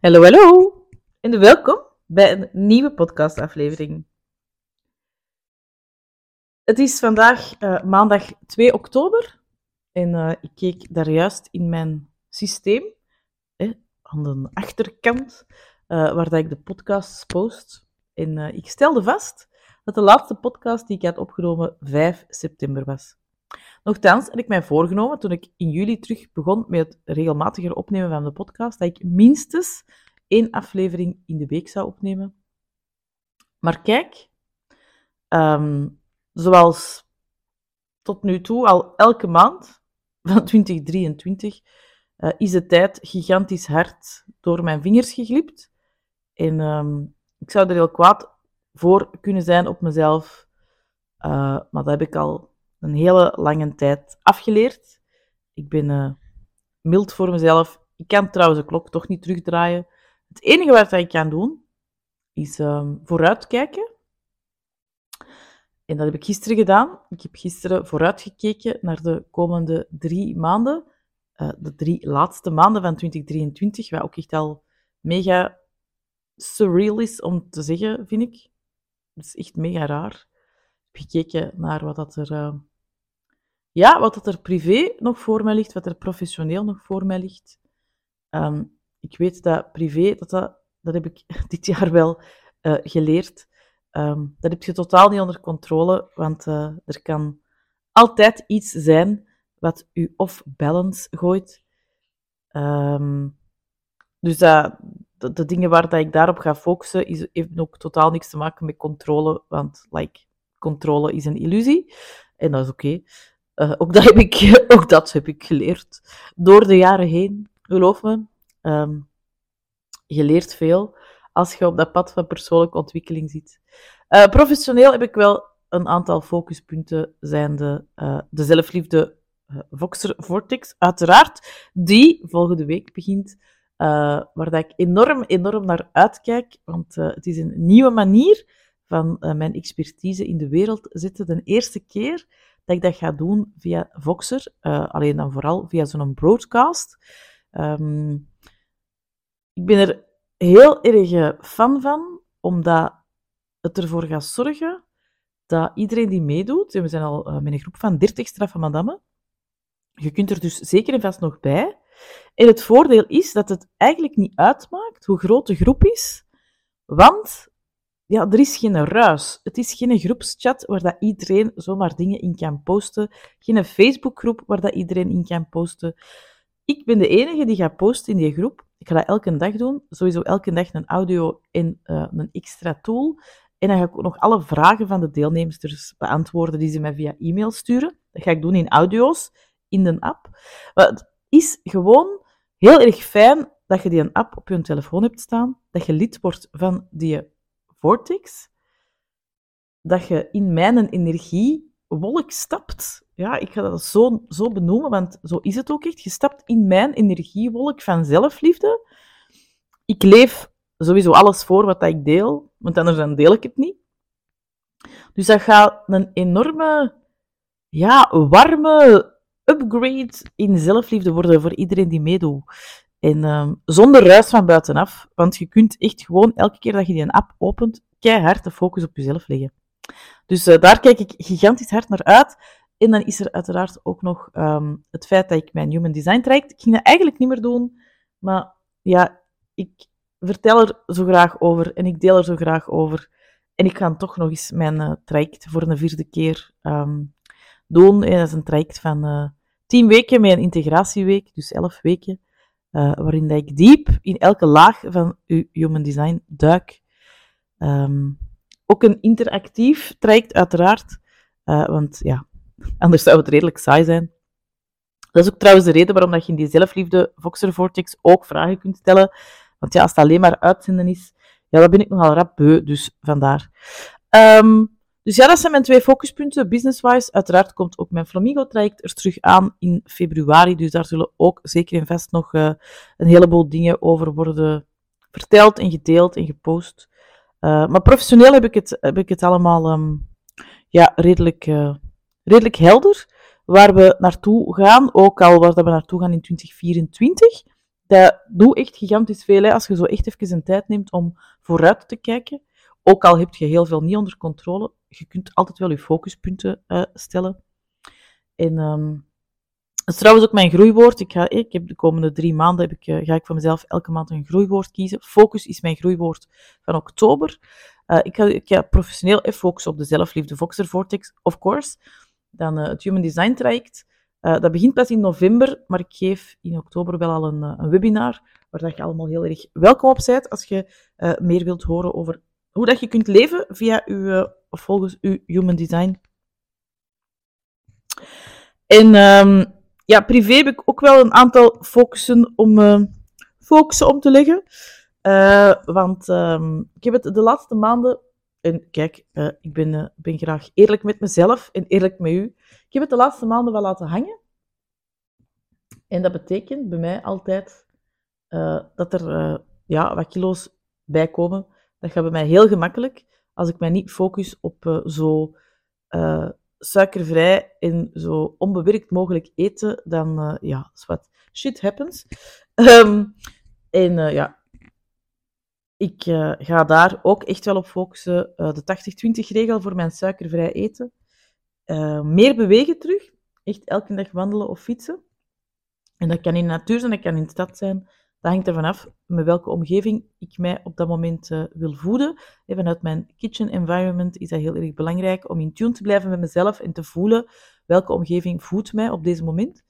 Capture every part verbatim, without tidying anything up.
Hallo, hallo en welkom bij een nieuwe podcastaflevering. Het is vandaag uh, maandag twee oktober en uh, ik keek daar juist in mijn systeem, eh, aan de achterkant, uh, waar dat ik de podcasts post. En uh, ik stelde vast dat de laatste podcast die ik had opgenomen vijf september was. Nochtans had ik mij voorgenomen, toen ik in juli terug begon met het regelmatiger opnemen van de podcast, dat ik minstens één aflevering in de week zou opnemen. Maar kijk, um, zoals tot nu toe al elke maand van twintig drieëntwintig uh, is de tijd gigantisch hard door mijn vingers geglipt. En um, ik zou er heel kwaad voor kunnen zijn op mezelf, uh, maar dat heb ik al een hele lange tijd afgeleerd. Ik ben uh, mild voor mezelf. Ik kan trouwens de klok toch niet terugdraaien. Het enige wat ik kan doen, is um, vooruitkijken. En dat heb ik gisteren gedaan. Ik heb gisteren vooruitgekeken naar de komende drie maanden. Uh, de drie laatste maanden van twintig drieëntwintig, wat ook echt al mega surreal is om te zeggen, vind ik. Het is echt mega raar. Ik heb gekeken naar wat dat er... Uh, ja, wat dat er privé nog voor mij ligt, wat er professioneel nog voor mij ligt. Um, ik weet dat privé, dat, dat, dat heb ik dit jaar wel uh, geleerd. Um, dat heb je totaal niet onder controle, want uh, er kan altijd iets zijn wat u off balance gooit. Um, dus dat, de, de dingen waar dat ik daarop ga focussen, is, heeft ook totaal niks te maken met controle, want like, controle is een illusie. En dat is oké. Okay. Uh, ook, dat heb ik, ook dat heb ik geleerd door de jaren heen. Geloof me, um, je leert veel als je op dat pad van persoonlijke ontwikkeling zit. Uh, professioneel heb ik wel een aantal focuspunten, zijnde uh, de zelfliefde uh, Voxer Vortex, uiteraard, die volgende week begint, uh, waar dat ik enorm, enorm naar uitkijk, want uh, het is een nieuwe manier van uh, mijn expertise in de wereld zetten. De eerste keer dat ik dat ga doen via Voxer, uh, alleen dan vooral via zo'n broadcast. Um, ik ben er heel erg fan van, omdat het ervoor gaat zorgen dat iedereen die meedoet, en we zijn al uh, met een groep van dertig straffe madammen, je kunt er dus zeker en vast nog bij. En het voordeel is dat het eigenlijk niet uitmaakt hoe groot de groep is, want ja, er is geen ruis. Het is geen groepschat waar dat iedereen zomaar dingen in kan posten. Geen Facebookgroep waar dat iedereen in kan posten. Ik ben de enige die gaat posten in die groep. Ik ga dat elke dag doen. Sowieso elke dag een audio en uh, een extra tool. En dan ga ik ook nog alle vragen van de deelnemers beantwoorden die ze mij via e-mail sturen. Dat ga ik doen in audio's, in de app. Maar het is gewoon heel erg fijn dat je die een app op je telefoon hebt staan, dat je lid wordt van die Vortex, dat je in mijn energiewolk stapt. Ja, ik ga dat zo, zo benoemen, want zo is het ook echt. Je stapt in mijn energiewolk van zelfliefde. Ik leef sowieso alles voor wat ik deel, want anders dan deel ik het niet. Dus dat gaat een enorme, ja, warme upgrade in zelfliefde worden voor iedereen die meedoet. En um, zonder ruis van buitenaf, want je kunt echt gewoon elke keer dat je die een app opent, keihard de focus op jezelf leggen. Dus uh, daar kijk ik gigantisch hard naar uit. En dan is er uiteraard ook nog um, het feit dat ik mijn Human Design traject... Ik ging dat eigenlijk niet meer doen, maar ja, ik vertel er zo graag over en ik deel er zo graag over. En ik ga toch nog eens mijn uh, traject voor een vierde keer um, doen. En dat is een traject van uh, tien weken met een integratieweek, dus elf weken. Uh, waarin dat ik diep in elke laag van uw Human Design duik. Um, ook een interactief traject, uiteraard. Uh, want ja, anders zou het redelijk saai zijn. Dat is ook trouwens de reden waarom dat je in die zelfliefde Voxer Vortex ook vragen kunt stellen. Want ja, als het alleen maar uitzenden is, ja, dan ben ik nogal rap beu, dus vandaar. Um, Dus ja, dat zijn mijn twee focuspunten, business-wise. Uiteraard komt ook mijn Flamingo-traject er terug aan in februari, dus daar zullen ook zeker en vast nog uh, een heleboel dingen over worden verteld en gedeeld en gepost. Uh, maar professioneel heb ik het, heb ik het allemaal um, ja, redelijk, uh, redelijk helder, waar we naartoe gaan, ook al waar we naartoe gaan in twintig vierentwintig. dat doet echt gigantisch veel, hè, als je zo echt even een tijd neemt om vooruit te kijken. Ook al heb je heel veel niet onder controle, je kunt altijd wel je focuspunten uh, stellen. En um, dat is trouwens ook mijn groeiwoord. Ik, ga, ik heb de komende drie maanden heb ik, uh, ga ik voor mezelf elke maand een groeiwoord kiezen. Focus is mijn groeiwoord van oktober. Uh, ik, ga, ik ga professioneel eh, focussen op de zelfliefde Voxer Vortex, of course. Dan uh, het Human Design traject. Uh, dat begint pas in november, maar ik geef in oktober wel al een, uh, een webinar, waar dat je allemaal heel erg welkom op bent, als je uh, meer wilt horen over hoe dat je kunt leven via uw, uh, of volgens uw Human Design. En um, ja, privé heb ik ook wel een aantal focussen om, uh, focussen om te leggen. Uh, want um, ik heb het de laatste maanden... En kijk, uh, ik ben, uh, ben graag eerlijk met mezelf en eerlijk met u. Ik heb het de laatste maanden wel laten hangen. En dat betekent bij mij altijd uh, dat er uh, ja, wat kilo's bij komen. Dat gaat bij mij heel gemakkelijk als ik mij niet focus op uh, zo uh, suikervrij en zo onbewerkt mogelijk eten. Dan, uh, ja, wat shit happens. Um, en uh, ja... Ik uh, ga daar ook echt wel op focussen. Uh, de tachtig twintig regel voor mijn suikervrij eten. Uh, meer bewegen terug. Echt elke dag wandelen of fietsen. En dat kan in de natuur zijn, dat kan in de stad zijn. Dat hangt ervan af met welke omgeving ik mij op dat moment uh, wil voeden. En vanuit mijn kitchen environment is dat heel erg belangrijk om in tune te blijven met mezelf en te voelen welke omgeving voedt mij op deze moment.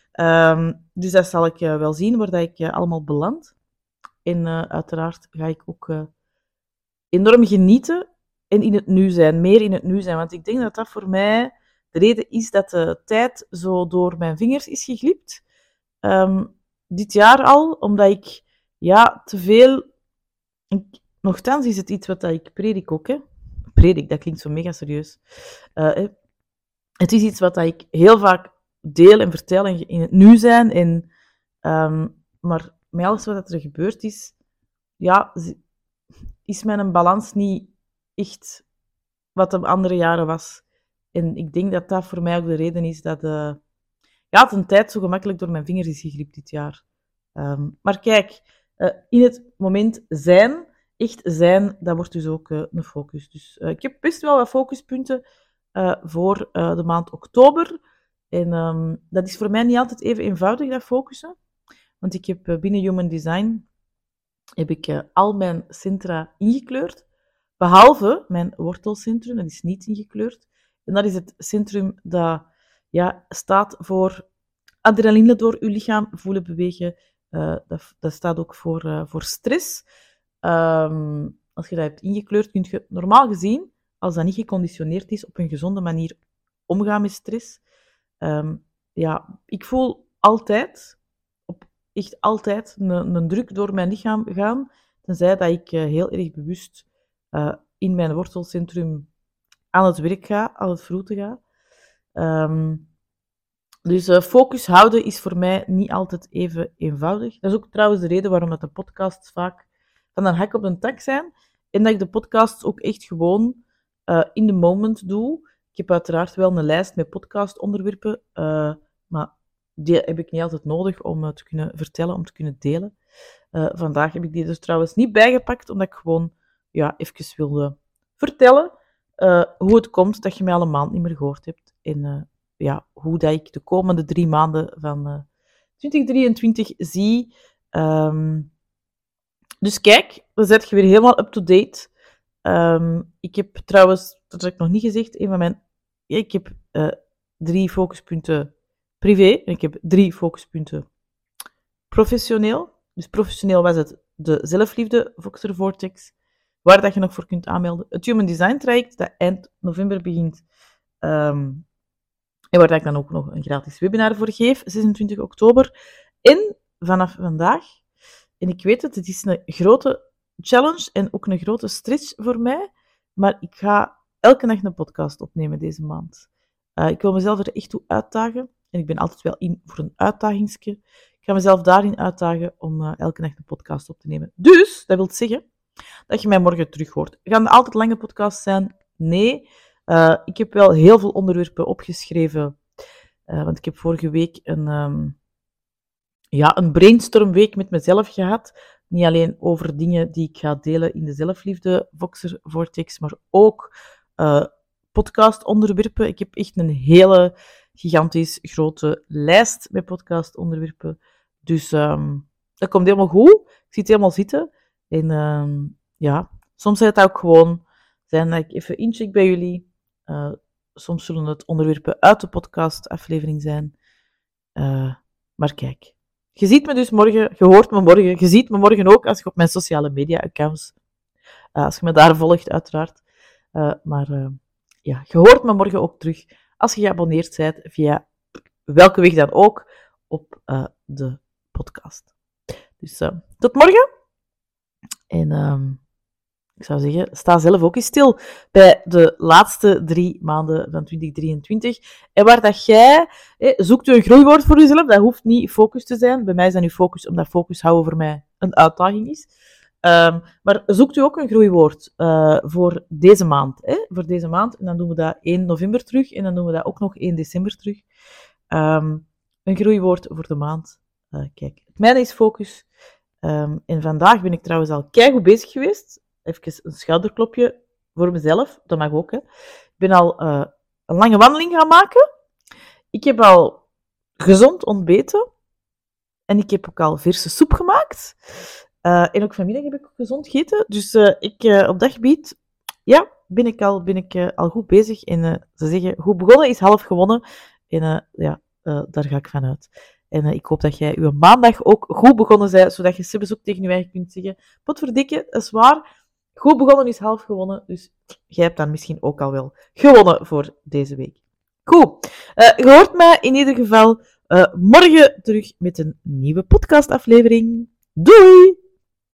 Um, dus dat zal ik uh, wel zien, waar dat ik uh, allemaal beland. En uh, uiteraard ga ik ook uh, enorm genieten en in het nu zijn, meer in het nu zijn. Want ik denk dat dat voor mij de reden is dat de tijd zo door mijn vingers is geglipt. Um, dit jaar al, omdat ik ja, te veel... Ik, nochtans is het iets wat ik predik ook. Hè. Predik, dat klinkt zo mega serieus. Uh, hè. Het is iets wat ik heel vaak deel en vertel en in het nu zijn. En, um, maar met alles wat er gebeurd is, ja, is mijn balans niet echt wat de andere jaren was. En ik denk dat dat voor mij ook de reden is dat uh, ja, de tijd zo gemakkelijk door mijn vingers is geglipt dit jaar. Um, maar kijk, uh, in het moment zijn, echt zijn, dat wordt dus ook uh, een focus. Dus uh, ik heb best wel wat focuspunten uh, voor uh, de maand oktober. En um, dat is voor mij niet altijd even eenvoudig, dat focussen. Want ik heb uh, binnen Human Design heb ik uh, al mijn centra ingekleurd, behalve mijn wortelcentrum, dat is niet ingekleurd. En dat is het centrum dat ja, staat voor adrenaline door uw lichaam voelen bewegen. Uh, dat, dat staat ook voor, uh, voor stress. Um, als je dat hebt ingekleurd, kun je normaal gezien, als dat niet geconditioneerd is, op een gezonde manier omgaan met stress. Um, ja, ik voel altijd... echt altijd een, een druk door mijn lichaam gaan, tenzij dat ik uh, heel erg bewust uh, in mijn wortelcentrum aan het werk ga, aan het vroeten ga. Um, dus uh, focus houden is voor mij niet altijd even eenvoudig. Dat is ook trouwens de reden waarom dat de podcasts vaak van een hak op een tak zijn, en dat ik de podcasts ook echt gewoon uh, in the moment doe. Ik heb uiteraard wel een lijst met podcastonderwerpen, uh, maar die heb ik niet altijd nodig om uh, te kunnen vertellen, om te kunnen delen. Uh, vandaag heb ik die dus trouwens niet bijgepakt, omdat ik gewoon ja, even wilde vertellen uh, hoe het komt dat je mij al een maand niet meer gehoord hebt. En uh, ja, hoe dat ik de komende drie maanden van uh, twintig drieëntwintig zie. Um, dus kijk, dan zet je weer helemaal up-to-date. Um, ik heb trouwens, dat heb ik nog niet gezegd, een van mijn... Ja, ik heb uh, drie focuspunten privé en ik heb drie focuspunten professioneel. Dus professioneel was het de zelfliefde Voxer Vortex, waar dat je nog voor kunt aanmelden. Het Human Design traject, dat eind november begint. Um, en waar dat ik dan ook nog een gratis webinar voor geef, zesentwintig oktober. En vanaf vandaag, en ik weet het, het is een grote challenge en ook een grote stress voor mij, maar ik ga elke nacht een podcast opnemen deze maand. Uh, ik wil mezelf er echt toe uitdagen. En ik ben altijd wel in voor een uitdagingsje. Ik ga mezelf daarin uitdagen om uh, elke nacht een podcast op te nemen. Dus, dat wil zeggen dat je mij morgen terug hoort. Gaan er altijd lange podcasts zijn? Nee. Uh, ik heb wel heel veel onderwerpen opgeschreven. Uh, want ik heb vorige week een, um, ja, een brainstormweek met mezelf gehad. Niet alleen over dingen die ik ga delen in de zelfliefde Voxer Vortex, maar ook uh, podcastonderwerpen. Ik heb echt een hele gigantisch grote lijst met podcastonderwerpen. Dus um, dat komt helemaal goed. Ik zit helemaal zitten. En um, ja, soms zal het ook gewoon zijn dat ik even incheck bij jullie. Uh, soms zullen het onderwerpen uit de podcastaflevering zijn. Uh, maar kijk. Je ziet me dus morgen, je hoort me morgen, je ziet me morgen ook als je op mijn sociale media-accounts, uh, als je me daar volgt uiteraard. Uh, maar uh, ja, je hoort me morgen ook terug als je geabonneerd bent via welke weg dan ook op uh, de podcast. Dus uh, tot morgen. En uh, ik zou zeggen, sta zelf ook eens stil bij de laatste drie maanden van twintig drieëntwintig. En waar dat jij, eh, zoekt u een groeiwoord voor jezelf, dat hoeft niet focus te zijn. Bij mij is dat nu focus, omdat focus houden voor mij een uitdaging is. Um, maar zoekt u ook een groeiwoord uh, voor deze maand. Hè? Voor deze maand. En dan doen we dat één november terug. En dan doen we dat ook nog één december terug. Um, een groeiwoord voor de maand. Uh, kijk, het mijne is focus. Um, en vandaag ben ik trouwens al keigoed bezig geweest. Even een schouderklopje voor mezelf. Dat mag ook, hè. Ik ben al uh, een lange wandeling gaan maken. Ik heb al gezond ontbeten. En ik heb ook al verse soep gemaakt. Uh, en ook vanmiddag heb ik ook gezond gegeten. Dus uh, ik, uh, op dat gebied, ja, ben ik al, ben ik, uh, al goed bezig. En uh, ze zeggen, goed begonnen is half gewonnen. En uh, ja, uh, daar ga ik van uit. En uh, ik hoop dat jij uw maandag ook goed begonnen bent, zodat je zelfs ook tegen je eigen kunt zeggen, potverdikke, dat is waar. Goed begonnen is half gewonnen, dus jij hebt dan misschien ook al wel gewonnen voor deze week. Goed, uh, je hoort mij in ieder geval uh, morgen terug met een nieuwe podcastaflevering. Doei!